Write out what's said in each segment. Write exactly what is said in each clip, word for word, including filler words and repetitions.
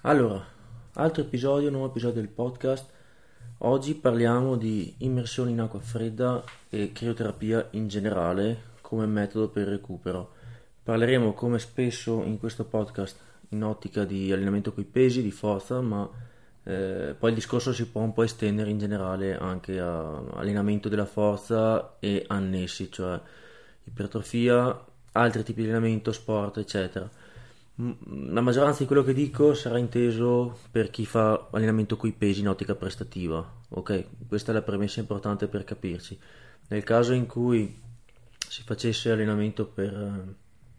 Allora, altro episodio, nuovo episodio del podcast. Oggi parliamo di immersione in acqua fredda e crioterapia in generale come metodo per il recupero. Parleremo come spesso in questo podcast in ottica di allenamento coi pesi, di forza, ma eh, poi il discorso si può un po' estendere in generale anche a allenamento della forza e annessi, cioè ipertrofia, altri tipi di allenamento, sport, eccetera. La maggioranza di quello che dico sarà inteso per chi fa allenamento coi pesi in ottica prestativa, ok? Questa è la premessa importante per capirci. Nel caso in cui si facesse allenamento per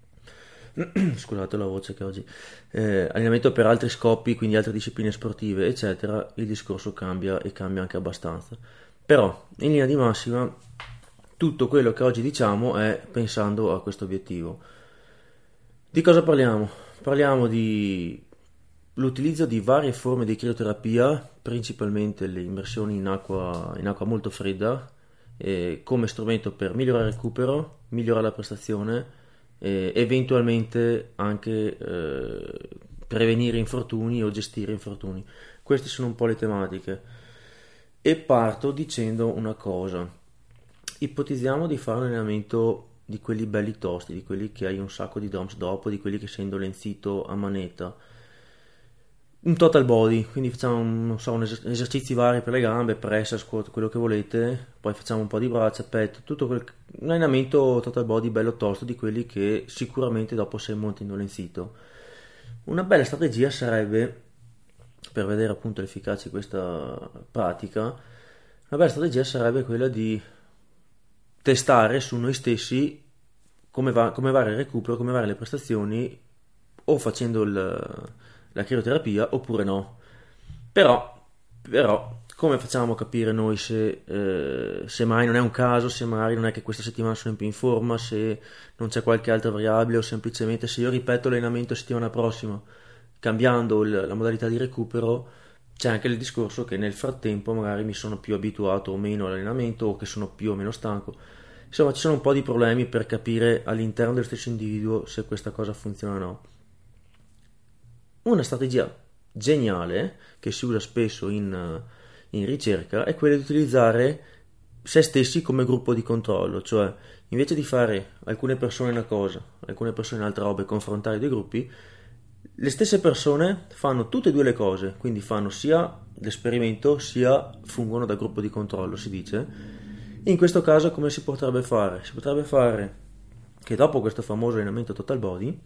eh, scusate la voce che oggi eh, allenamento per altri scopi, quindi altre discipline sportive, eccetera, il discorso cambia e cambia anche abbastanza. Però, in linea di massima, tutto quello che oggi diciamo è pensando a questo obiettivo. Di cosa parliamo? Parliamo di l'utilizzo di varie forme di crioterapia, principalmente le immersioni in acqua, in acqua molto fredda, eh, come strumento per migliorare il recupero, migliorare la prestazione e eventualmente anche eh, prevenire infortuni o gestire infortuni. Queste sono un po' le tematiche. E parto dicendo una cosa. Ipotizziamo di fare un allenamento di quelli belli tosti, di quelli che hai un sacco di drums dopo, di quelli che sei indolenzito a manetta. Un total body, quindi facciamo non so, un eser- esercizi vari per le gambe, press, squat, quello che volete, poi facciamo un po' di braccia, petto, tutto quel... un allenamento total body bello tosto di quelli che sicuramente dopo sei molto indolenzito. Una bella strategia sarebbe, per vedere appunto l'efficacia di questa pratica, una bella strategia sarebbe quella di testare su noi stessi come va, come va il recupero, come va le prestazioni, o facendo il, la crioterapia oppure no. Però, però, come facciamo a capire noi se, eh, se mai non è un caso, se magari non è che questa settimana sono più in forma, se non c'è qualche altra variabile o semplicemente se io ripeto l'allenamento settimana prossima, cambiando il- la modalità di recupero, c'è anche il discorso che nel frattempo magari mi sono più abituato o meno all'allenamento o che sono più o meno stanco. Insomma, ci sono un po' di problemi per capire all'interno dello stesso individuo se questa cosa funziona o no. Una strategia geniale che si usa spesso in, in ricerca è quella di utilizzare se stessi come gruppo di controllo, cioè invece di fare alcune persone una cosa, alcune persone un'altra roba e confrontare due gruppi, le stesse persone fanno tutte e due le cose, quindi fanno sia l'esperimento sia fungono da gruppo di controllo, si dice. In questo caso come si potrebbe fare? Si potrebbe fare che dopo questo famoso allenamento total body,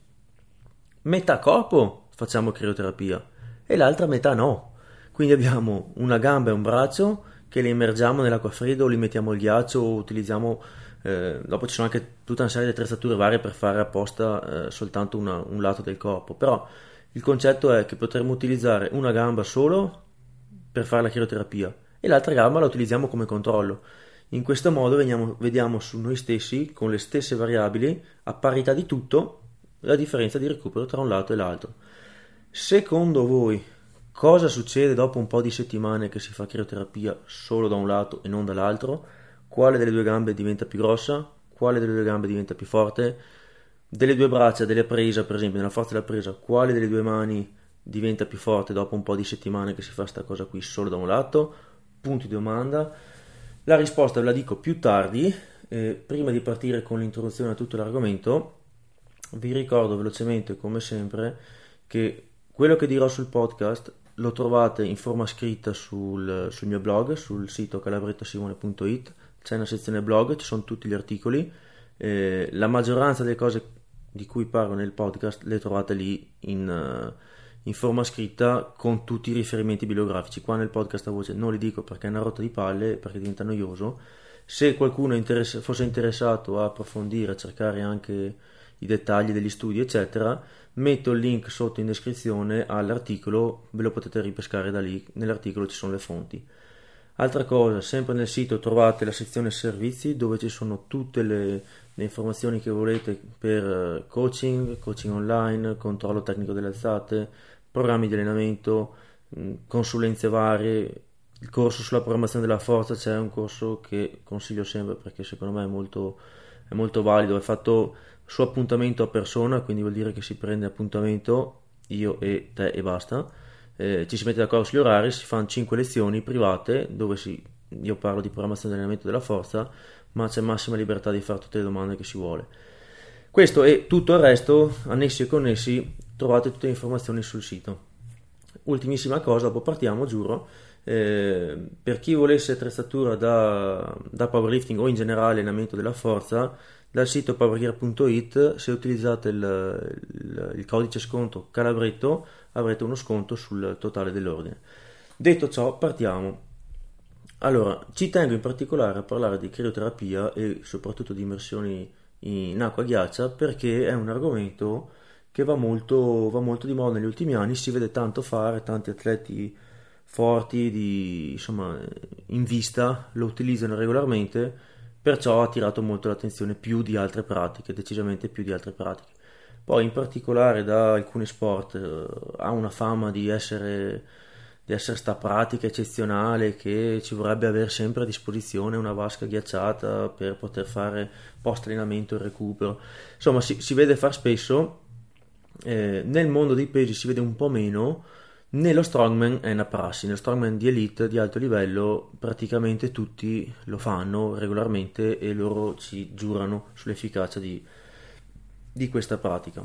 metà corpo facciamo crioterapia e l'altra metà no. Quindi abbiamo una gamba e un braccio che li immergiamo nell'acqua fredda o li mettiamo al ghiaccio o utilizziamo, eh, dopo ci sono anche tutta una serie di attrezzature varie per fare apposta eh, soltanto una- un lato del corpo, però il concetto è che potremmo utilizzare una gamba solo per fare la crioterapia e l'altra gamba la utilizziamo come controllo. In questo modo veniamo- vediamo su noi stessi, con le stesse variabili, a parità di tutto, la differenza di recupero tra un lato e l'altro. Secondo voi, cosa succede dopo un po' di settimane che si fa crioterapia solo da un lato e non dall'altro? Quale delle due gambe diventa più grossa? Quale delle due gambe diventa più forte? Delle due braccia, delle presa, per esempio, nella forza della presa, quale delle due mani diventa più forte dopo un po' di settimane che si fa sta cosa qui solo da un lato? Punti di domanda. La risposta ve la dico più tardi. Eh, prima di partire con l'introduzione a tutto l'argomento, vi ricordo velocemente, come sempre, che quello che dirò sul podcast lo trovate in forma scritta sul, sul mio blog, sul sito calabrettosimone punto it. C'è una sezione blog, ci sono tutti gli articoli. Eh, la maggioranza delle cose di cui parlo nel podcast le trovate lì in, eh, in forma scritta con tutti i riferimenti bibliografici. Qua nel podcast a voce non li dico perché è una rotta di palle, perché diventa noioso. Se qualcuno interess- fosse interessato a approfondire, a cercare anche i dettagli degli studi, eccetera, metto il link sotto in descrizione all'articolo, ve lo potete ripescare da lì, nell'articolo ci sono le fonti. Altra cosa, sempre nel sito trovate la sezione servizi dove ci sono tutte le, le informazioni che volete per eh, coaching, coaching online, controllo tecnico delle alzate, programmi di allenamento, mh, consulenze varie, il corso sulla programmazione della forza, c'è un corso che consiglio sempre perché secondo me è molto, è molto valido, è fatto su appuntamento a persona, quindi vuol dire che si prende appuntamento io e te e basta, eh, ci si mette d'accordo sugli orari, si fanno cinque lezioni private dove si, io parlo di programmazione di allenamento della forza, ma c'è massima libertà di fare tutte le domande che si vuole. Questo e tutto il resto, annessi e connessi, trovate tutte le informazioni sul sito. Ultimissima cosa, dopo partiamo, giuro, eh, per chi volesse attrezzatura da, da powerlifting o in generale allenamento della forza, dal sito powergear punto it, se utilizzate il, il, il codice sconto Calabretto avrete uno sconto sul totale dell'ordine. Detto ciò, partiamo. Allora, ci tengo in particolare a parlare di crioterapia e soprattutto di immersioni in acqua ghiaccia perché è un argomento che va molto, va molto di moda negli ultimi anni, si vede tanto fare, tanti atleti forti di, insomma, in vista lo utilizzano regolarmente, perciò ha attirato molto l'attenzione più di altre pratiche, decisamente più di altre pratiche. Poi in particolare da alcuni sport eh, ha una fama di essere, di essere sta pratica eccezionale che ci vorrebbe avere sempre a disposizione una vasca ghiacciata per poter fare post allenamento e recupero. Insomma, si, si vede far spesso. Eh, nel mondo dei pesi si vede un po' meno, nello strongman è una prassi, nello strongman di elite di alto livello praticamente tutti lo fanno regolarmente e loro ci giurano sull'efficacia di, di questa pratica,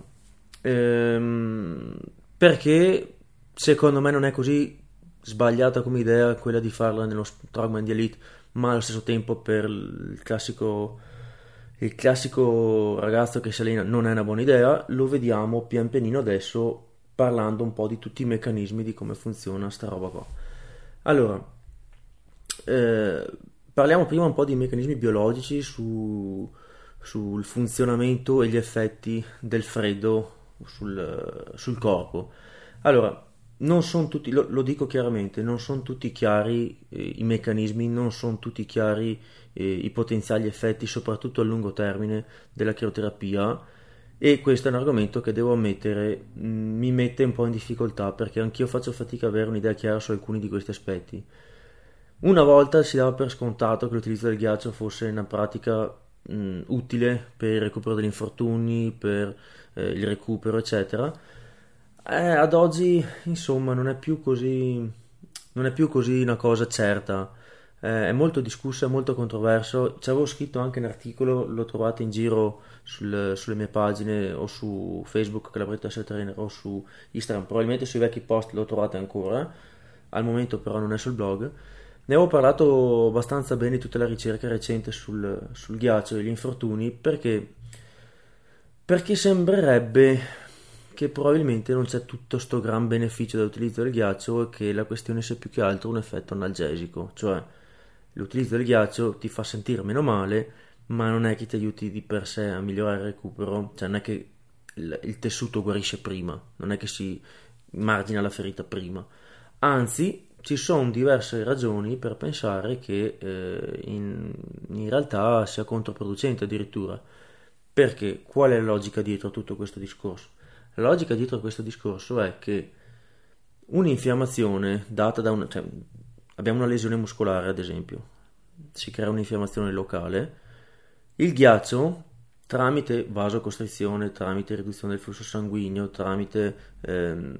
ehm, perché secondo me non è così sbagliata come idea quella di farla nello strongman di elite, ma allo stesso tempo per il classico il classico ragazzo che si allena non è una buona idea. Lo vediamo pian pianino adesso parlando un po' di tutti i meccanismi di come funziona sta roba qua. Allora, eh, parliamo prima un po' di meccanismi biologici su, sul funzionamento e gli effetti del freddo sul, sul corpo. Allora, non sono tutti, lo, lo dico chiaramente, non sono tutti chiari eh, i meccanismi, non sono tutti chiari eh, i potenziali effetti, soprattutto a lungo termine, della crioterapia, e questo è un argomento che devo ammettere mh, mi mette un po' in difficoltà perché anch'io faccio fatica a avere un'idea chiara su alcuni di questi aspetti. Una volta si dava per scontato che l'utilizzo del ghiaccio fosse una pratica mh, utile per il recupero degli infortuni, per eh, il recupero, eccetera. Eh, ad oggi, insomma, non è più così, non è più così una cosa certa. Eh, è molto discusso, è molto controverso. Ci avevo scritto anche un articolo, lo trovate in giro sul, sulle mie pagine o su Facebook, Calabretto Asset Trainer, o su Instagram. Probabilmente sui vecchi post lo trovate ancora, al momento però non è sul blog. Ne avevo parlato abbastanza bene di tutta la ricerca recente sul, sul ghiaccio e gli infortuni perché, perché sembrerebbe che probabilmente non c'è tutto sto gran beneficio dall'utilizzo del ghiaccio e che la questione sia più che altro un effetto analgesico, cioè l'utilizzo del ghiaccio ti fa sentire meno male, ma non è che ti aiuti di per sé a migliorare il recupero, cioè non è che il, il tessuto guarisce prima, non è che si margina la ferita prima, anzi ci sono diverse ragioni per pensare che eh, in, in realtà sia controproducente addirittura, perché qual è la logica dietro a tutto questo discorso? La logica dietro a questo discorso è che un'infiammazione data da una, cioè, abbiamo una lesione muscolare ad esempio, si crea un'infiammazione locale, il ghiaccio tramite vasocostrizione, tramite riduzione del flusso sanguigno, tramite ehm,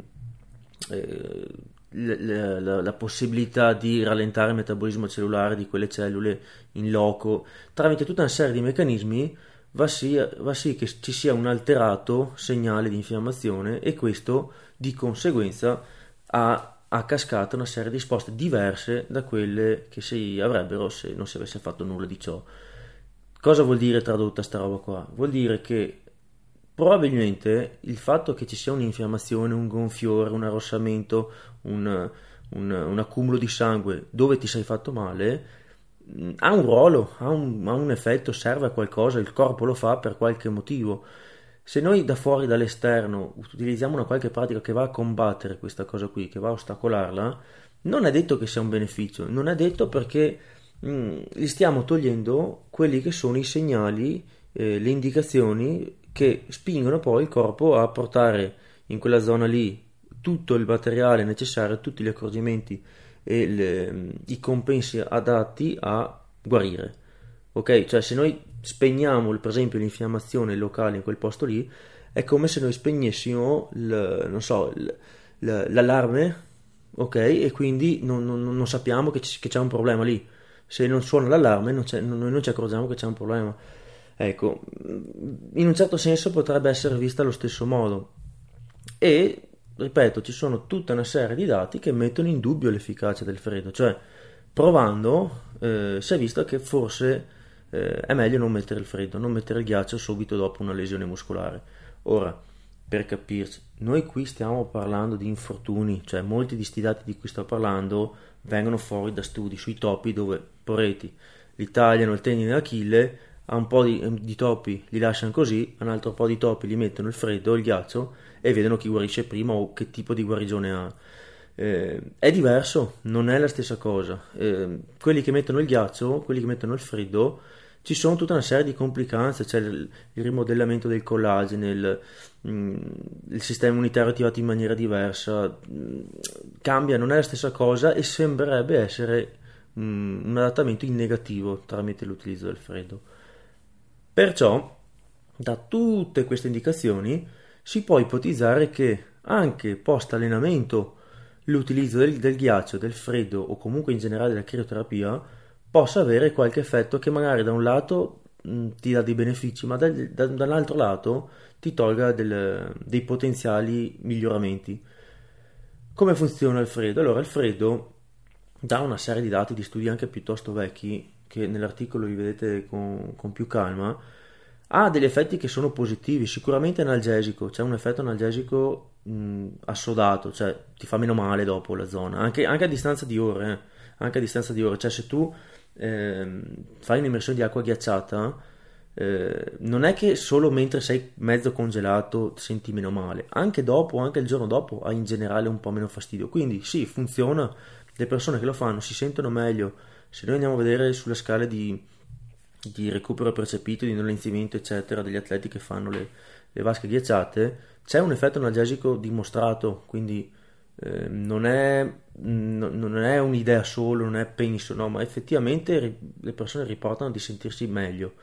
eh, la, la, la possibilità di rallentare il metabolismo cellulare di quelle cellule in loco, tramite tutta una serie di meccanismi Va sì, va sì che ci sia un alterato segnale di infiammazione e questo di conseguenza ha a cascata una serie di risposte diverse da quelle che si avrebbero se non si avesse fatto nulla di ciò. Cosa vuol dire tradotta sta roba qua? Vuol dire che probabilmente il fatto che ci sia un'infiammazione, un gonfiore, un arrossamento, un, un, un accumulo di sangue dove ti sei fatto male ha un ruolo, ha un, ha un effetto, serve a qualcosa, il corpo lo fa per qualche motivo. Se noi da fuori, dall'esterno, utilizziamo una qualche pratica che va a combattere questa cosa qui, che va a ostacolarla, non è detto che sia un beneficio, non è detto perché mh, gli stiamo togliendo quelli che sono i segnali, eh, le indicazioni che spingono poi il corpo a portare in quella zona lì tutto il materiale necessario, tutti gli accorgimenti e le, i compensi adatti a guarire. Ok, cioè se noi spegniamo per esempio l'infiammazione locale in quel posto lì è come se noi spegnessimo il, non so, il- l- l'allarme, ok? E quindi non, non- non sappiamo che, ci- che c'è un problema lì. Se non suona l'allarme, non c'è- non- noi non ci accorgiamo che c'è un problema. Ecco, in un certo senso potrebbe essere vista allo stesso modo. E, ripeto, ci sono tutta una serie di dati che mettono in dubbio l'efficacia del freddo, cioè provando eh, si è visto che forse eh, è meglio non mettere il freddo, non mettere il ghiaccio subito dopo una lesione muscolare. Ora, per capirci, noi qui stiamo parlando di infortuni, cioè molti di sti dati di cui sto parlando vengono fuori da studi sui topi dove, poreti, li tagliano il tendine d'Achille, a un po' di, di topi li lasciano così, a un altro po' di topi li mettono il freddo, il ghiaccio e vedono chi guarisce prima o che tipo di guarigione ha. Eh, è diverso, non è la stessa cosa. Eh, quelli che mettono il ghiaccio, quelli che mettono il freddo, ci sono tutta una serie di complicanze, c'è il, il rimodellamento del collagene, il, mm, il sistema immunitario attivato in maniera diversa, mm, cambia, non è la stessa cosa e sembrerebbe essere mm, un adattamento in negativo tramite l'utilizzo del freddo. Perciò, da tutte queste indicazioni, si può ipotizzare che anche post allenamento l'utilizzo del, del ghiaccio, del freddo o comunque in generale della crioterapia possa avere qualche effetto che magari da un lato mh, ti dà dei benefici, ma dal- da- dall'altro lato ti tolga del- dei potenziali miglioramenti. Come funziona il freddo? Allora, il freddo dà una serie di dati di studi anche piuttosto vecchi, che nell'articolo li vedete con, con più calma, ha degli effetti che sono positivi, sicuramente analgesico, c'è un effetto analgesico mh, assodato, cioè ti fa meno male dopo la zona, anche, anche a distanza di ore, eh, anche a distanza di ore, cioè se tu ehm, fai un'immersione di acqua ghiacciata, eh, non è che solo mentre sei mezzo congelato ti senti meno male, anche dopo, anche il giorno dopo hai in generale un po' meno fastidio, quindi sì, funziona, le persone che lo fanno si sentono meglio. Se noi andiamo a vedere sulle scale di, di recupero percepito, di innalzamento eccetera degli atleti che fanno le, le vasche ghiacciate, c'è un effetto analgesico dimostrato, quindi eh, non è, no- non è un'idea solo, non è penso, no, ma effettivamente ri- le persone riportano di sentirsi meglio.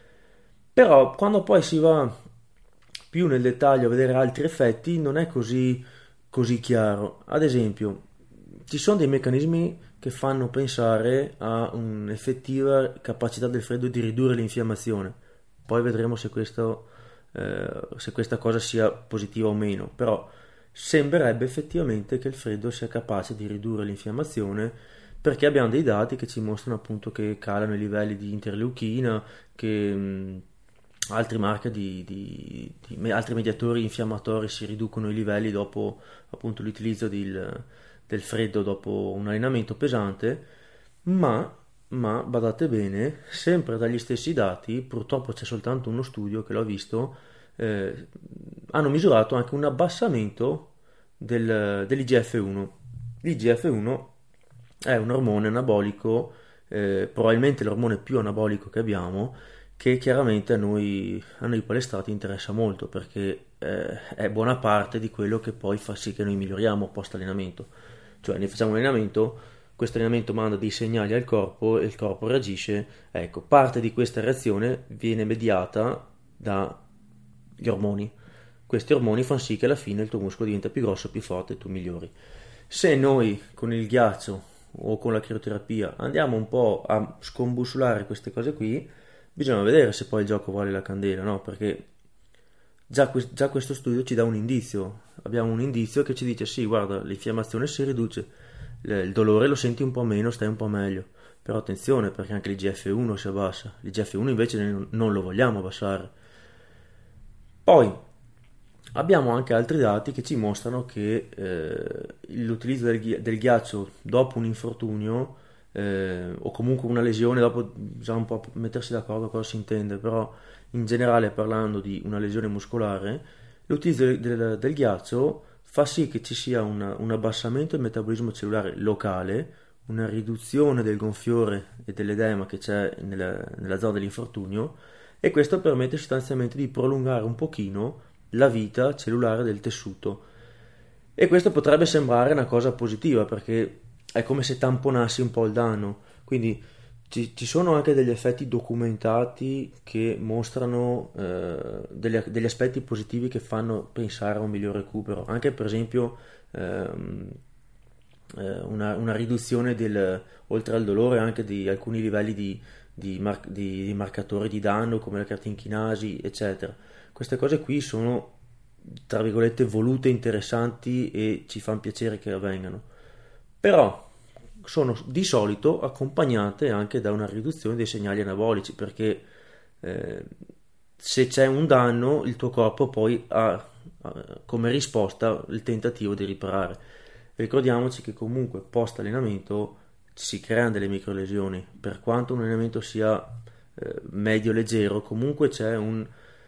Però quando poi si va più nel dettaglio a vedere altri effetti non è così, così chiaro. Ad esempio, ci sono dei meccanismi che fanno pensare a un'effettiva capacità del freddo di ridurre l'infiammazione. Poi vedremo se, questo, eh, se questa cosa sia positiva o meno, però sembrerebbe effettivamente che il freddo sia capace di ridurre l'infiammazione perché abbiamo dei dati che ci mostrano appunto che calano i livelli di interleuchina, che mh, altri marchi di, di- di- me- altri mediatori infiammatori si riducono i livelli dopo appunto l'utilizzo del, del freddo dopo un allenamento pesante, ma, ma badate bene, sempre dagli stessi dati, purtroppo c'è soltanto uno studio che l'ho visto, eh, hanno misurato anche un abbassamento del, dell'I G F uno. L'I G F uno è un ormone anabolico, eh, probabilmente l'ormone più anabolico che abbiamo, che chiaramente a noi, a noi palestrati interessa molto perché eh, è buona parte di quello che poi fa sì che noi miglioriamo post allenamento. Cioè, ne facciamo un allenamento, questo allenamento manda dei segnali al corpo e il corpo reagisce. Ecco, parte di questa reazione viene mediata dagli ormoni. Questi ormoni fanno sì che alla fine il tuo muscolo diventa più grosso, più forte e tu migliori. Se noi con il ghiaccio o con la crioterapia andiamo un po' a scombussolare queste cose qui, bisogna vedere se poi il gioco vale la candela, no? Perché già, que- già questo studio ci dà un indizio. Abbiamo un indizio che ci dice: sì, guarda, l'infiammazione si riduce, l- il dolore lo senti un po' meno, stai un po' meglio. Però attenzione, perché anche l'I G F uno si abbassa. L'I G F uno invece non non lo vogliamo abbassare. Poi abbiamo anche altri dati che ci mostrano che eh, l'utilizzo del, ghi- del ghiaccio dopo un infortunio eh, o comunque una lesione, dopo bisogna un po' mettersi d'accordo cosa si intende, però in generale parlando di una lesione muscolare, l'utilizzo del, del- del ghiaccio fa sì che ci sia una- un abbassamento del metabolismo cellulare locale, una riduzione del gonfiore e dell'edema che c'è nella, nella zona dell'infortunio e questo permette sostanzialmente di prolungare un pochino la vita cellulare del tessuto. E questo potrebbe sembrare una cosa positiva perché è come se tamponassi un po' il danno. Quindi ci, ci sono anche degli effetti documentati che mostrano eh, degli, degli aspetti positivi che fanno pensare a un miglior recupero, anche per esempio ehm, eh, una, una riduzione del, oltre al dolore anche di alcuni livelli di, di, mar- di, di marcatori di danno come la cartinchinasi eccetera. Queste cose qui sono tra virgolette volute, interessanti e ci fanno piacere che avvengano, però sono di solito accompagnate anche da una riduzione dei segnali anabolici, perché eh, se c'è un danno il tuo corpo poi ha, ha come risposta il tentativo di riparare. Ricordiamoci che comunque post allenamento si creano delle microlesioni, per quanto un allenamento sia eh, medio leggero, comunque c'è un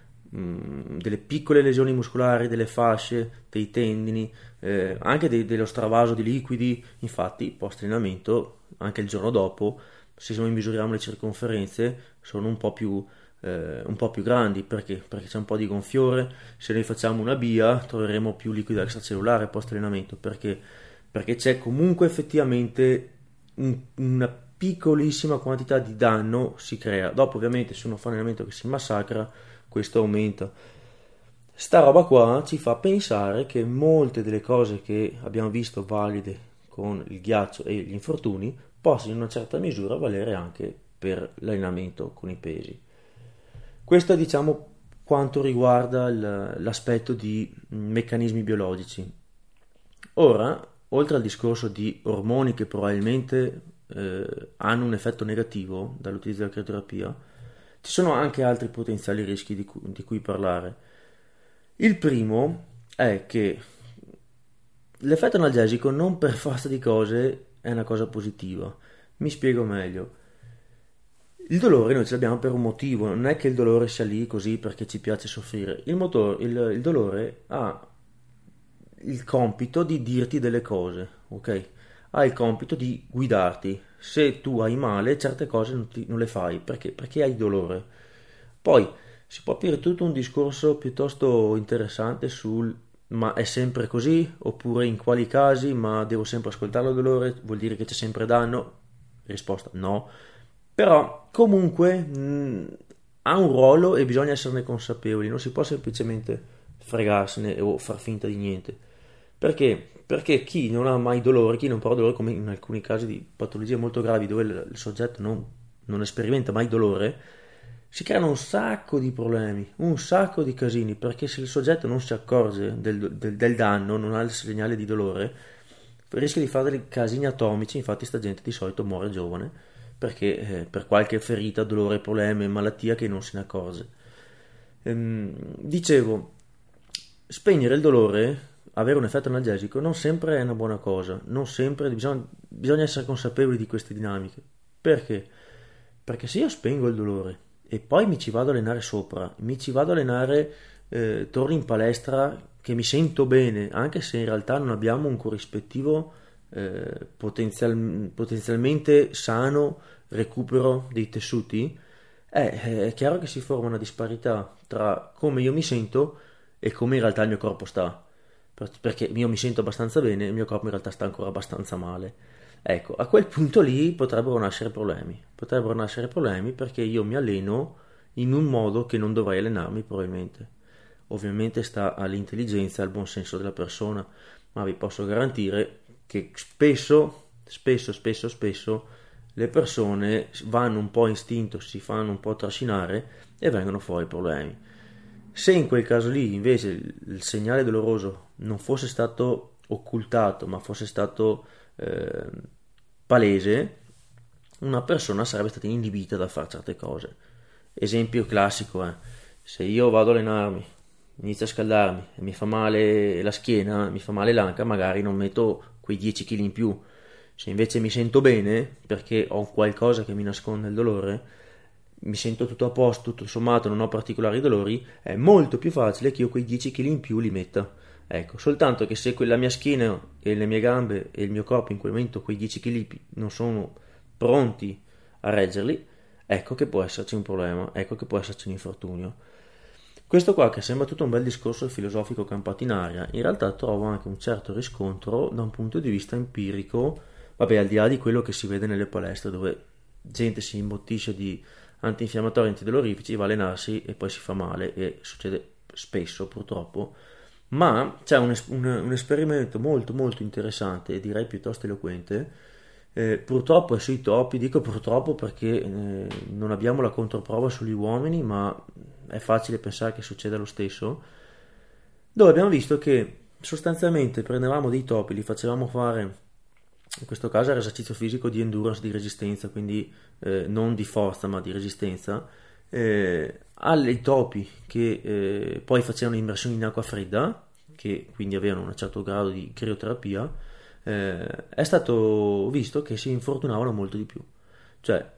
delle piccole lesioni muscolari, delle fasce, dei tendini, eh, anche dei, dello stravaso di liquidi. Infatti post allenamento, anche il giorno dopo, se noi misuriamo le circonferenze, sono un po' più eh, un po' più grandi. Perché? Perché c'è un po' di gonfiore. Se noi facciamo una B I A troveremo più liquido extracellulare post allenamento, perché? Perché c'è comunque effettivamente un, una piccolissima quantità di danno si crea. Dopo ovviamente se uno fa un allenamento che si massacra, questo aumenta. Sta roba qua ci fa pensare che molte delle cose che abbiamo visto valide con il ghiaccio e gli infortuni possono in una certa misura valere anche per l'allenamento con i pesi. Questo è, diciamo, quanto riguarda il, l'aspetto di meccanismi biologici. Ora, oltre al discorso di ormoni che probabilmente eh, hanno un effetto negativo dall'utilizzo della crioterapia, ci sono anche altri potenziali rischi di cui, di cui parlare. Il primo è che l'effetto analgesico non per forza di cose è una cosa positiva. Mi spiego meglio. Il dolore noi ce l'abbiamo per un motivo, non è che il dolore sia lì così perché ci piace soffrire. Il, motor, il, il dolore ha il compito di dirti delle cose, ok? Ha il compito di guidarti. Se tu hai male, certe cose non, ti, non le fai. Perché? Perché hai dolore. Poi si può aprire tutto un discorso piuttosto interessante sul ma è sempre così? Oppure in quali casi? Ma devo sempre ascoltare il dolore? Vuol dire che c'è sempre danno? Risposta no. Però comunque mh, ha un ruolo e bisogna esserne consapevoli. Non si può semplicemente fregarsene o far finta di niente. Perché? Perché chi non ha mai dolore, chi non prova dolore, come in alcuni casi di patologie molto gravi dove il, il soggetto non, non sperimenta mai dolore, si creano un sacco di problemi, un sacco di casini, perché se il soggetto non si accorge del, del, del danno, non ha il segnale di dolore, rischia di fare dei casini atomici. Infatti sta gente di solito muore giovane, perché eh, per qualche ferita, dolore, problema, malattia che non se ne accorge. Ehm, dicevo, spegnere il dolore, avere un effetto analgesico non sempre è una buona cosa, non sempre bisogna, bisogna essere consapevoli di queste dinamiche. Perché? Perché se io spengo il dolore e poi mi ci vado a allenare sopra, mi ci vado a allenare, eh, torno in palestra che mi sento bene, anche se in realtà non abbiamo un corrispettivo eh, potenzial, potenzialmente sano recupero dei tessuti, eh, è chiaro che si forma una disparità tra come io mi sento e come in realtà il mio corpo sta. Perché io mi sento abbastanza bene e il mio corpo in realtà sta ancora abbastanza male. Ecco, a quel punto lì potrebbero nascere problemi. Potrebbero nascere problemi perché io mi alleno in un modo che non dovrei allenarmi probabilmente. Ovviamente sta all'intelligenza e al buon senso della persona, ma vi posso garantire che spesso, spesso, spesso, spesso le persone vanno un po' a istinto, si fanno un po' trascinare e vengono fuori problemi. Se in quel caso lì invece il segnale doloroso non fosse stato occultato ma fosse stato eh, palese, una persona sarebbe stata inibita da fare certe cose. Esempio classico è, se io vado a allenarmi, inizio a scaldarmi e mi fa male la schiena, mi fa male l'anca, magari non metto quei dieci chili in più. Se invece mi sento bene perché ho qualcosa che mi nasconde il dolore, mi sento tutto a posto, tutto sommato non ho particolari dolori, è molto più facile che io quei dieci chili in più li metta. Ecco, soltanto che se la mia schiena e le mie gambe e il mio corpo in quel momento quei dieci chili non sono pronti a reggerli, ecco che può esserci un problema, ecco che può esserci un infortunio. Questo qua, che sembra tutto un bel discorso filosofico campato in aria, in realtà trovo anche un certo riscontro da un punto di vista empirico, vabbè, al di là di quello che si vede nelle palestre dove gente si imbottisce di antinfiammatori e antidolorifici, va a allenarsi e poi si fa male, e succede spesso purtroppo. Ma c'è un, es- un- un esperimento molto molto interessante e direi piuttosto eloquente, eh, purtroppo è sui topi. Dico purtroppo perché eh, non abbiamo la controprova sugli uomini, ma è facile pensare che succeda lo stesso, dove abbiamo visto che sostanzialmente prendevamo dei topi, li facevamo fare, in questo caso era esercizio fisico di endurance, di resistenza, quindi eh, non di forza ma di resistenza, eh, alle topi che eh, poi facevano immersioni in acqua fredda, che quindi avevano un certo grado di crioterapia, eh, è stato visto che si infortunavano molto di più. Cioè,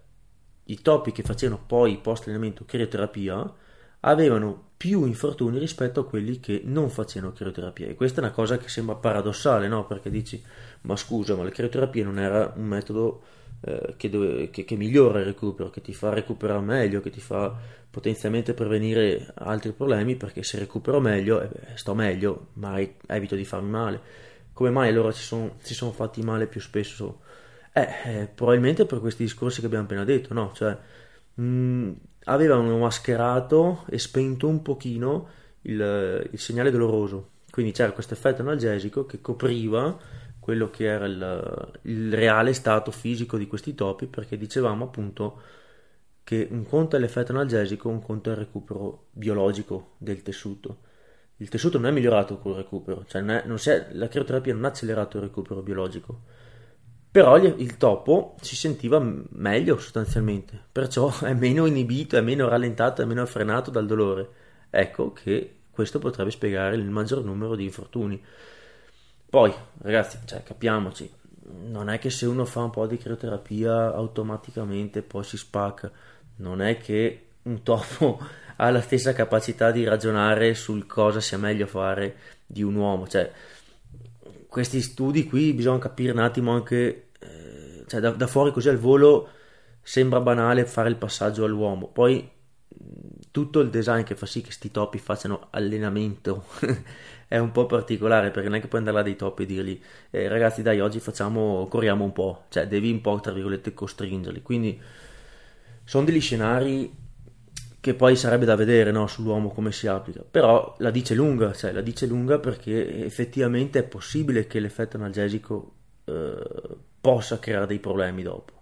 i topi che facevano poi post allenamento crioterapia avevano più infortuni rispetto a quelli che non facevano crioterapia. E questa è una cosa che sembra paradossale, no? Perché dici, ma scusa, ma la crioterapia non era un metodo eh, che, dove, che, che migliora il recupero, che ti fa recuperare meglio, che ti fa potenzialmente prevenire altri problemi, perché se recupero meglio, eh, sto meglio, ma evito di farmi male. Come mai allora si sono, si sono fatti male più spesso? Eh, eh, probabilmente per questi discorsi che abbiamo appena detto, no? Cioè, mh, avevano mascherato e spento un pochino il, il segnale doloroso, quindi c'era questo effetto analgesico che copriva quello che era il, il reale stato fisico di questi topi, perché dicevamo appunto che un conto è l'effetto analgesico, un conto è il recupero biologico del tessuto. Il tessuto non è migliorato col recupero, cioè non è, non si è, la crioterapia non ha accelerato il recupero biologico, però gli- il topo si sentiva m- meglio sostanzialmente, perciò è meno inibito, è meno rallentato, è meno frenato dal dolore. Ecco che questo potrebbe spiegare il maggior numero di infortuni. Poi, ragazzi, cioè, capiamoci, non è che se uno fa un po' di crioterapia automaticamente poi si spacca, non è che un topo ha la stessa capacità di ragionare sul cosa sia meglio fare di un uomo, cioè questi studi qui bisogna capire un attimo anche, eh, cioè da, da fuori così al volo sembra banale fare il passaggio all'uomo, poi tutto il design che fa sì che sti topi facciano allenamento è un po' particolare, perché non è che puoi andare là dei topi e dirgli eh, ragazzi dai oggi facciamo, corriamo un po', cioè devi un po' tra virgolette costringerli, quindi sono degli scenari che poi sarebbe da vedere, no, sull'uomo come si applica, però la dice lunga, cioè la dice lunga perché effettivamente è possibile che l'effetto analgesico eh, possa creare dei problemi dopo.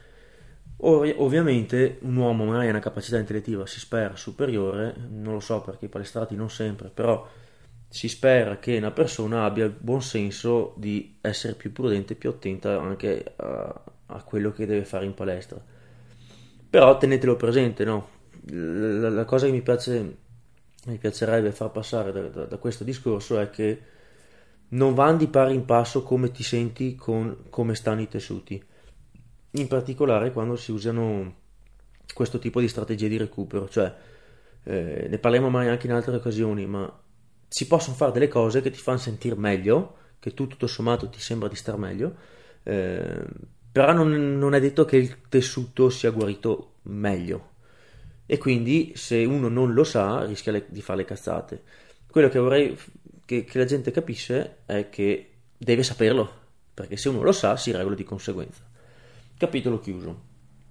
Ov- ovviamente un uomo magari ha una capacità intellettiva, si spera, superiore, non lo so perché i palestrati non sempre, però si spera che una persona abbia il buon senso di essere più prudente, più attenta anche a, a quello che deve fare in palestra. Però tenetelo presente, no? La, la cosa che mi piace, mi piacerebbe far passare da, da- da questo discorso è che non vanno di pari in passo come ti senti con come stanno i tessuti, in particolare quando si usano questo tipo di strategie di recupero, cioè eh, ne parliamo mai anche in altre occasioni, ma si possono fare delle cose che ti fanno sentire meglio, che tu tutto sommato ti sembra di star meglio, eh, però non, non è detto che il tessuto sia guarito meglio, e quindi se uno non lo sa rischia le- di fare le cazzate. Quello che vorrei che, che la gente capisse è che deve saperlo, perché se uno lo sa si regola di conseguenza. Capitolo chiuso.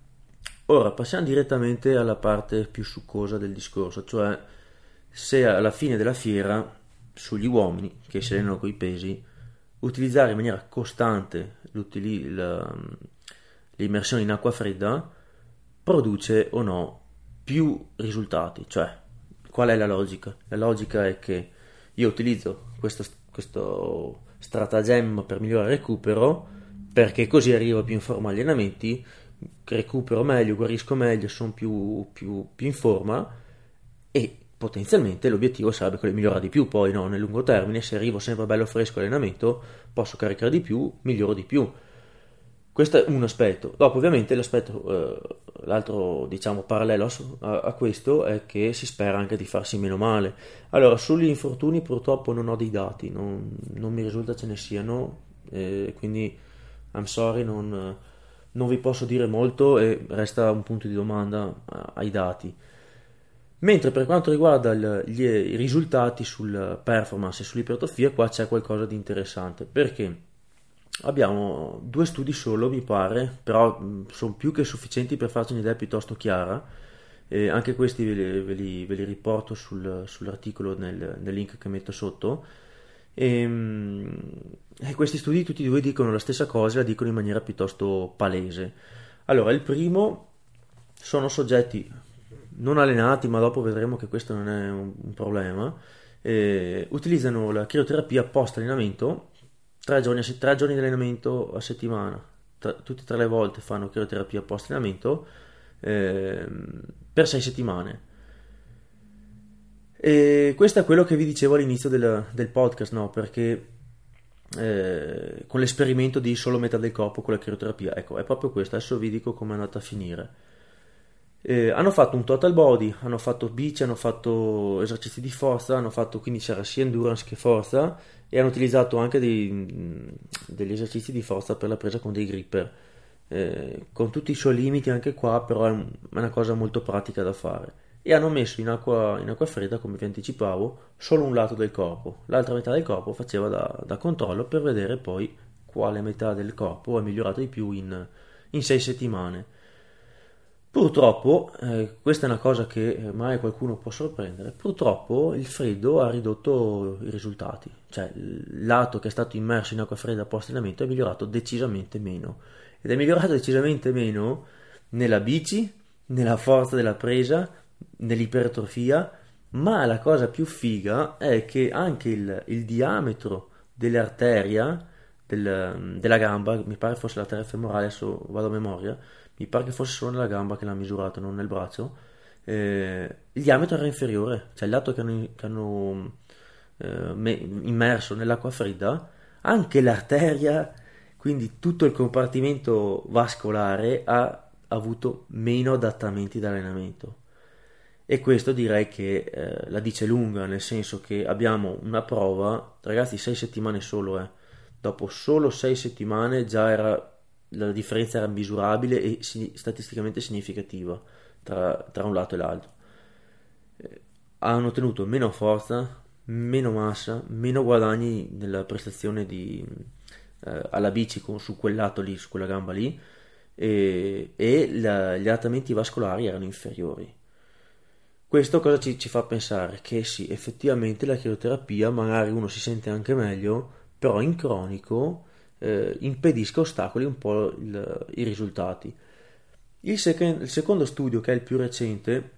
Ora passiamo direttamente alla parte più succosa del discorso, cioè se alla fine della fiera sugli uomini che si allenano coi pesi utilizzare in maniera costante l'utili- la- l'immersione in acqua fredda produce o no più risultati, cioè qual è la logica? La logica è che io utilizzo questo, questo stratagemma per migliorare il recupero, perché così arrivo più in forma agli allenamenti, recupero meglio, guarisco meglio, sono più, più, più in forma, e potenzialmente l'obiettivo sarebbe quello di migliorare di più, poi no, nel lungo termine, se arrivo sempre bello fresco all'allenamento, posso caricare di più, miglioro di più. Questo è un aspetto. Dopo, ovviamente, l'aspetto, eh, l'altro, diciamo, parallelo a, a questo è che si spera anche di farsi meno male. Allora, sugli infortuni purtroppo non ho dei dati, non, non mi risulta ce ne siano, eh, quindi I'm sorry, non, non vi posso dire molto e resta un punto di domanda a- ai dati. Mentre per quanto riguarda il- gli- i risultati sul performance e sull'ipertrofia, qua c'è qualcosa di interessante, perché abbiamo due studi solo, mi pare, però sono più che sufficienti per farci un'idea piuttosto chiara. Eh, anche questi ve li, ve li- ve li riporto sul- sull'articolo nel, nel link che metto sotto. E, mm, e questi studi tutti e due dicono la stessa cosa, la dicono in maniera piuttosto palese. Allora, il primo sono soggetti non allenati, ma dopo vedremo che questo non è un, un problema. Eh, utilizzano la crioterapia post allenamento, tre giorni, a se- tre giorni di allenamento a settimana, tra- tutte e tre le volte fanno crioterapia post allenamento ehm, per sei settimane. E questo è quello che vi dicevo all'inizio del, del podcast, no? Perché eh, con l'esperimento di solo metà del corpo con la crioterapia, ecco, è proprio questo. Adesso vi dico come è andata a finire. Eh, hanno fatto un total body, hanno fatto bici, hanno fatto esercizi di forza, hanno fatto quindi c'era sia endurance che forza e hanno utilizzato anche dei- degli esercizi di forza per la presa con dei gripper. Eh, con tutti i suoi limiti anche qua, però è, un- è una cosa molto pratica da fare. E hanno messo in acqua, in acqua fredda, come vi anticipavo, solo un lato del corpo, l'altra metà del corpo faceva da, da controllo per vedere poi quale metà del corpo è migliorato di più in, in sei settimane. Purtroppo, eh, questa è una cosa che mai qualcuno può sorprendere, purtroppo il freddo ha ridotto i risultati, cioè il lato che è stato immerso in acqua fredda post allenamento è migliorato decisamente meno ed è migliorato decisamente meno nella bici, nella forza della presa, nell'ipertrofia, ma la cosa più figa è che anche il, il diametro dell'arteria del- della gamba, mi pare fosse l'arteria femorale, adesso vado a memoria, mi pare che fosse solo nella gamba che l'ha misurato, non nel braccio, eh, il diametro era inferiore, cioè il lato che hanno, che hanno, eh, me- immerso nell'acqua fredda, anche l'arteria, quindi tutto il compartimento vascolare ha avuto meno adattamenti d'allenamento. E questo direi che eh, la dice lunga, nel senso che abbiamo una prova, ragazzi, sei settimane solo, eh. Dopo solo sei settimane già era, la differenza era misurabile e si- statisticamente significativa tra, tra un lato e l'altro. Eh, hanno ottenuto meno forza, meno massa, meno guadagni nella prestazione di, eh, alla bici con- su quel lato lì, su quella gamba lì, e, e la- gli adattamenti vascolari erano inferiori. Questo cosa ci, ci fa pensare? Che sì, effettivamente la chirurgia magari uno si sente anche meglio, però in cronico eh, impedisca, ostacoli un po' il- i risultati. Il, sec- il secondo studio, che è il più recente,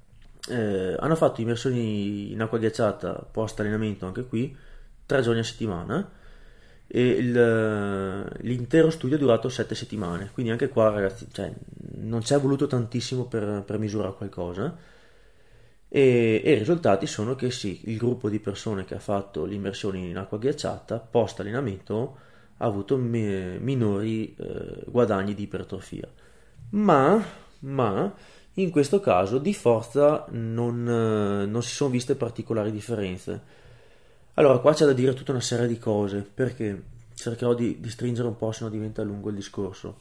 eh, hanno fatto immersioni in acqua ghiacciata post allenamento anche qui, tre giorni a settimana, e il- l'intero studio è durato sette settimane, quindi anche qua ragazzi, cioè, non ci è voluto tantissimo per, per misurare qualcosa. E, e i risultati sono che sì, il gruppo di persone che ha fatto l'immersione in acqua ghiacciata post allenamento ha avuto mi- minori eh, guadagni di ipertrofia. Ma, ma in questo caso di forza non, eh, non si sono viste particolari differenze. Allora, qua c'è da dire tutta una serie di cose, perché cercherò di, di stringere un po', se no diventa lungo il discorso.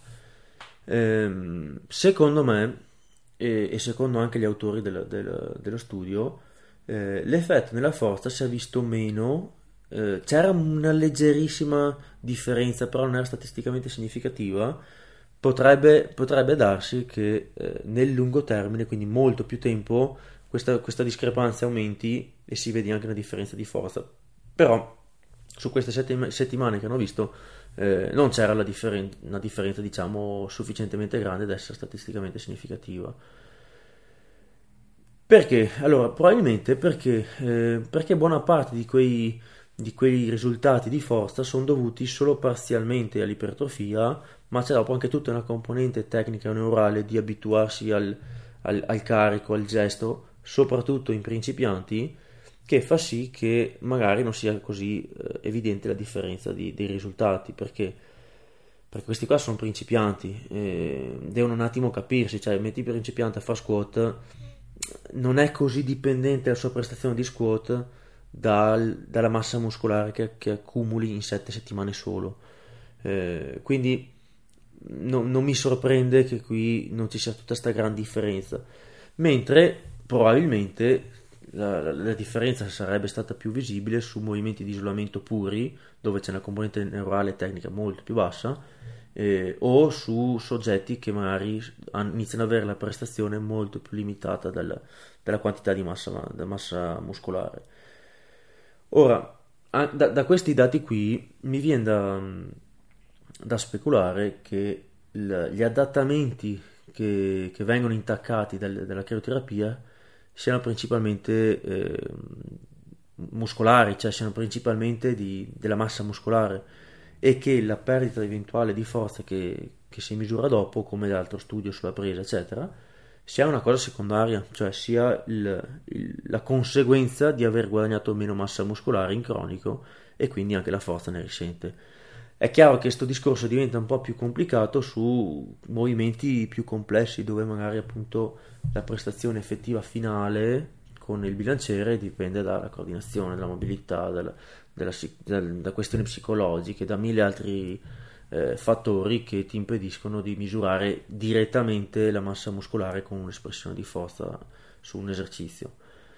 Ehm, secondo me, e, e secondo anche gli autori del- del- dello studio, eh, l'effetto nella forza si è visto meno, eh, c'era una leggerissima differenza, però non era statisticamente significativa. Potrebbe, potrebbe darsi che eh, nel lungo termine, quindi molto più tempo, questa, questa discrepanza aumenti e si vede anche una differenza di forza. Però su queste settim- settimane che hanno visto eh, non c'era la differen- una differenza, diciamo, sufficientemente grande da essere statisticamente significativa. Perché? Allora, probabilmente perché, eh, perché buona parte di quei, di quei risultati di forza sono dovuti solo parzialmente all'ipertrofia, ma c'è dopo anche tutta una componente tecnica neurale di abituarsi al, al- al carico, al gesto, soprattutto in principianti, che fa sì che magari non sia così eh, evidente la differenza di- dei risultati, perché, perché questi qua sono principianti, eh, devono un attimo capirsi, cioè metti il principiante a fare squat, non è così dipendente la sua prestazione di squat dal- dalla massa muscolare che, che accumuli in sette settimane solo. Eh, quindi no- non mi sorprende che qui non ci sia tutta questa gran differenza. Mentre probabilmente la, la, la differenza sarebbe stata più visibile su movimenti di isolamento puri, dove c'è una componente neurale tecnica molto più bassa, eh, o su soggetti che magari iniziano ad avere la prestazione molto più limitata dal, dalla quantità di massa, da massa muscolare. Ora, da, da questi dati qui mi viene da, da speculare che il, gli adattamenti che, che vengono intaccati dal, dalla crioterapia siano principalmente eh, muscolari, cioè siano principalmente di, della massa muscolare, e che la perdita eventuale di forza che, che si misura dopo, come l'altro studio sulla presa, eccetera, sia una cosa secondaria, cioè sia il, il, la conseguenza di aver guadagnato meno massa muscolare in cronico e quindi anche la forza ne risente. È chiaro che questo discorso diventa un po' più complicato su movimenti più complessi, dove magari appunto la prestazione effettiva finale con il bilanciere dipende dalla coordinazione, dalla mobilità, dalla, della, della, da questioni psicologiche, da mille altri eh, fattori che ti impediscono di misurare direttamente la massa muscolare con un'espressione di forza su un esercizio.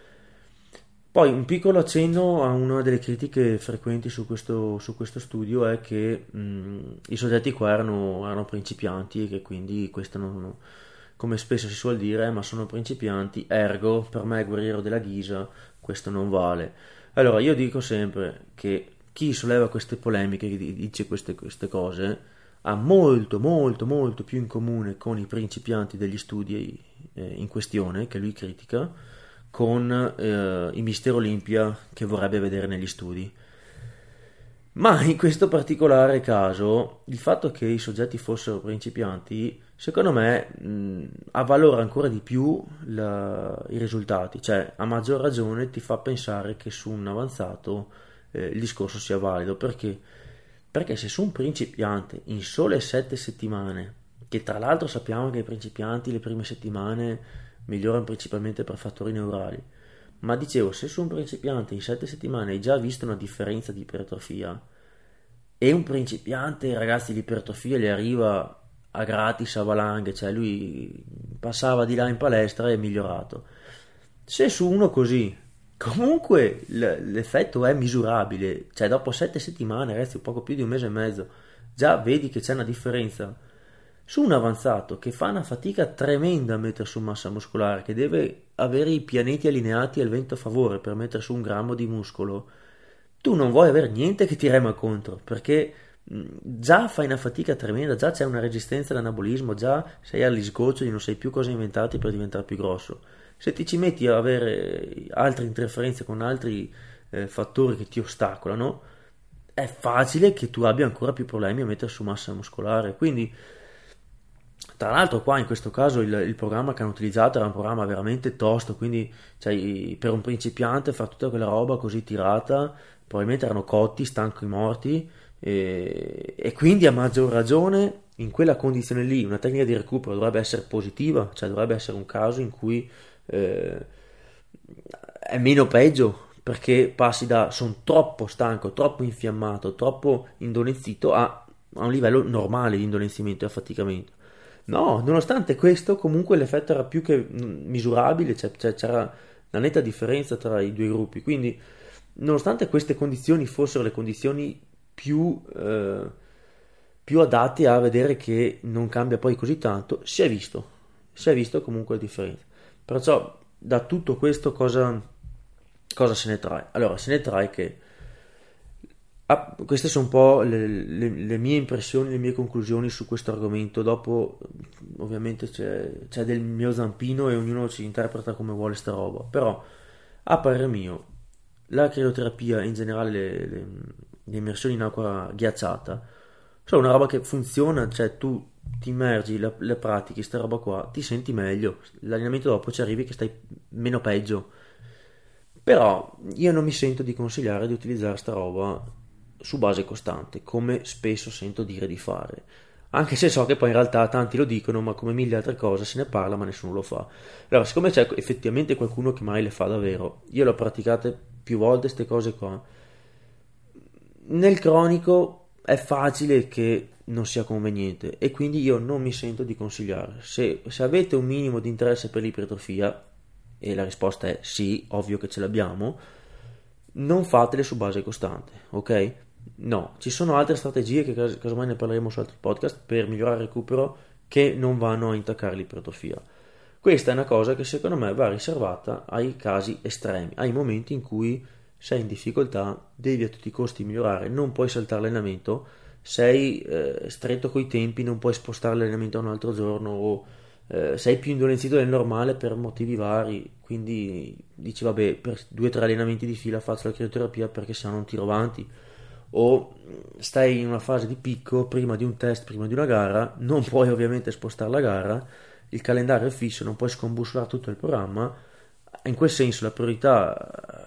Poi un piccolo accenno a una delle critiche frequenti su questo, su questo studio è che mh, i soggetti qua erano, erano principianti e che quindi questo non, come spesso si suol dire, ma sono principianti, ergo per me guerriero della ghisa, questo non vale. Allora io dico sempre che chi solleva queste polemiche, chi dice queste, queste cose, ha molto molto molto più in comune con i principianti degli studi eh, in questione, che lui critica, con eh, i Mister Olympia che vorrebbe vedere negli studi. Ma in questo particolare caso il fatto che i soggetti fossero principianti, secondo me mh, avvalora ancora di più la, i risultati, cioè a maggior ragione ti fa pensare che su un avanzato eh, il discorso sia valido. Perché? Perché se su un principiante in sole sette settimane, che tra l'altro sappiamo che i principianti le prime settimane migliorano principalmente per fattori neurali, ma dicevo, se su un principiante in sette settimane hai già visto una differenza di ipertrofia, e un principiante, ragazzi, l'ipertrofia gli arriva a gratis, a valanghe, cioè lui passava di là in palestra e è migliorato, se su uno così comunque l'effetto è misurabile, cioè dopo sette settimane, ragazzi, un poco più di un mese e mezzo, già vedi che c'è una differenza, su un avanzato che fa una fatica tremenda a mettere su massa muscolare, che deve avere i pianeti allineati al vento a favore per mettere su un grammo di muscolo, tu non vuoi avere niente che ti rema contro, perché già fai una fatica tremenda, già c'è una resistenza all'anabolismo, già sei agli sgoccioli, non sai più cosa inventarti per diventare più grosso. Se ti ci metti a avere altre interferenze con altri eh, fattori che ti ostacolano, è facile che tu abbia ancora più problemi a mettere su massa muscolare. Quindi, tra l'altro, qua in questo caso il, il programma che hanno utilizzato era un programma veramente tosto, quindi cioè, per un principiante fare tutta quella roba così tirata, probabilmente erano cotti, stanchi, morti, e, e quindi a maggior ragione in quella condizione lì una tecnica di recupero dovrebbe essere positiva, cioè dovrebbe essere un caso in cui eh, è meno peggio, perché passi da sono troppo stanco, troppo infiammato, troppo indolenzito a, a un livello normale di indolenzimento e affaticamento. No, nonostante questo comunque l'effetto era più che misurabile, cioè, cioè c'era una netta differenza tra i due gruppi, quindi nonostante queste condizioni fossero le condizioni più, eh, più adatte a vedere che non cambia poi così tanto, si è visto, si è visto comunque la differenza. Perciò da tutto questo cosa, cosa se ne trae? Allora, se ne trae che ah, queste sono un po' le, le, le mie impressioni, le mie conclusioni su questo argomento. Dopo ovviamente c'è, c'è del mio zampino e ognuno si interpreta come vuole sta roba, però a parere mio la crioterapia, in generale le, le, le immersioni in acqua ghiacciata, sono una roba che funziona, cioè tu ti immergi, la, la pratichi, sta roba qua, ti senti meglio, l'allenamento dopo ci arrivi che stai meno peggio, però io non mi sento di consigliare di utilizzare sta roba su base costante, come spesso sento dire di fare, anche se so che poi in realtà tanti lo dicono, ma come mille altre cose se ne parla ma nessuno lo fa. Allora, siccome c'è effettivamente qualcuno che mai le fa davvero, io l'ho praticate più volte queste cose qua, nel cronico è facile che non sia conveniente e quindi io non mi sento di consigliare. Se, se avete un minimo di interesse per l'ipertrofia, e la risposta è sì, ovvio che ce l'abbiamo, non fatele su base costante, ok? No, ci sono altre strategie che cas- casomai ne parleremo su altri podcast per migliorare il recupero che non vanno a intaccare l'ipertrofia. Questa è una cosa che secondo me va riservata ai casi estremi, ai momenti in cui sei in difficoltà, devi a tutti i costi migliorare, non puoi saltare l'allenamento, sei eh, stretto coi tempi, non puoi spostare l'allenamento a un altro giorno o eh, sei più indolenzito del normale per motivi vari, quindi dici vabbè, per due o tre allenamenti di fila faccio la crioterapia perché se no non tiro avanti, o stai in una fase di picco prima di un test, prima di una gara, non puoi ovviamente spostare la gara, il calendario è fisso, non puoi scombussolare tutto il programma. In quel senso la priorità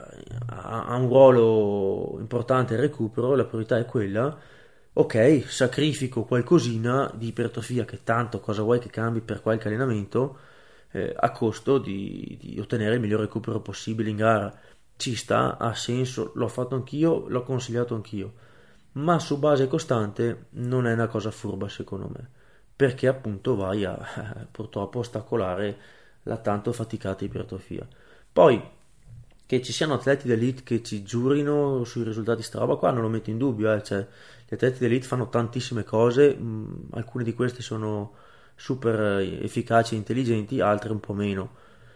ha un ruolo importante il recupero, la priorità è quella, ok, sacrifico qualcosina di ipertrofia, che tanto cosa vuoi che cambi per qualche allenamento, eh, a costo di, di ottenere il miglior recupero possibile in gara. Ci sta, ha senso, l'ho fatto anch'io, l'ho consigliato anch'io, ma su base costante non è una cosa furba secondo me, perché appunto vai a eh, purtroppo ostacolare la tanto faticata ipertrofia. Poi che ci siano atleti d'elite che ci giurino sui risultati sta roba qua non lo metto in dubbio, eh. Cioè, gli atleti d'elite fanno tantissime cose, mh, alcune di queste sono super eh, efficaci e intelligenti, altre un po' meno.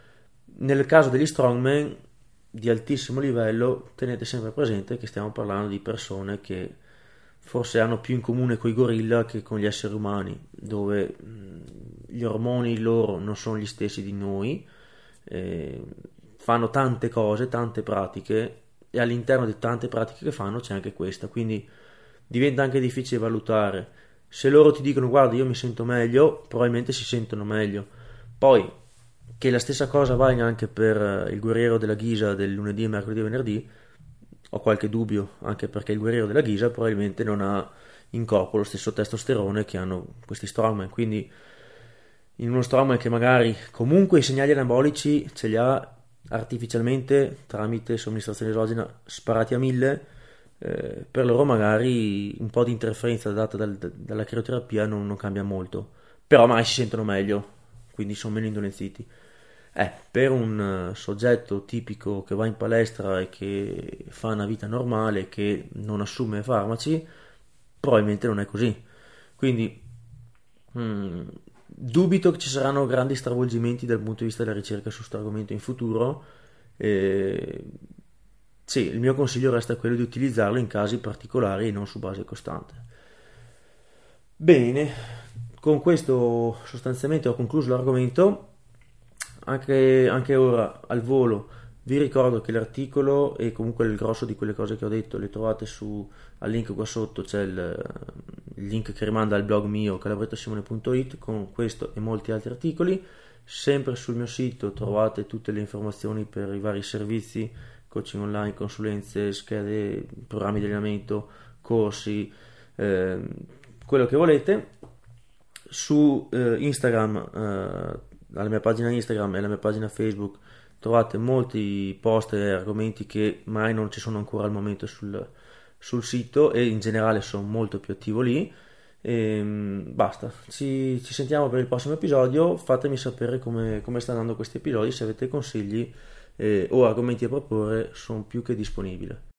Nel caso degli strongman di altissimo livello tenete sempre presente che stiamo parlando di persone che forse hanno più in comune con i gorilla che con gli esseri umani, dove mh, gli ormoni loro non sono gli stessi di noi, eh, fanno tante cose, tante pratiche, e all'interno di tante pratiche che fanno c'è anche questa, quindi diventa anche difficile valutare. Se loro ti dicono guarda io mi sento meglio, probabilmente si sentono meglio. Poi che la stessa cosa valga anche per il guerriero della ghisa del lunedì, mercoledì e venerdì, ho qualche dubbio, anche perché il guerriero della ghisa probabilmente non ha in corpo lo stesso testosterone che hanno questi strongman, quindi in uno strongman che magari comunque i segnali anabolici ce li ha artificialmente tramite somministrazione esogena sparati a mille, eh, per loro magari un po' di interferenza data dal, dalla crioterapia non, non cambia molto, però mai si sentono meglio, quindi sono meno indolenziti. Eh, per un uh, soggetto tipico che va in palestra e che fa una vita normale, che non assume farmaci, probabilmente non è così. Quindi mm, dubito che ci saranno grandi stravolgimenti dal punto di vista della ricerca su questo argomento in futuro. Eh, sì, il mio consiglio resta quello di utilizzarlo in casi particolari e non su base costante. Bene, con questo sostanzialmente ho concluso l'argomento. Anche, anche ora al volo vi ricordo che l'articolo e comunque il grosso di quelle cose che ho detto le trovate su, al link qua sotto c'è il, il link che rimanda al blog mio calabrettosimone punto it con questo e molti altri articoli. Sempre sul mio sito trovate tutte le informazioni per i vari servizi, coaching online, consulenze, schede, programmi di allenamento, corsi, eh, quello che volete. Su eh, Instagram, eh, alla mia pagina Instagram e alla mia pagina Facebook trovate molti post e argomenti che mai non ci sono ancora al momento sul, sul sito, e in generale sono molto più attivo lì. E, basta, ci, ci sentiamo per il prossimo episodio. Fatemi sapere come, come stanno andando questi episodi, se avete consigli eh, o argomenti da proporre sono più che disponibile.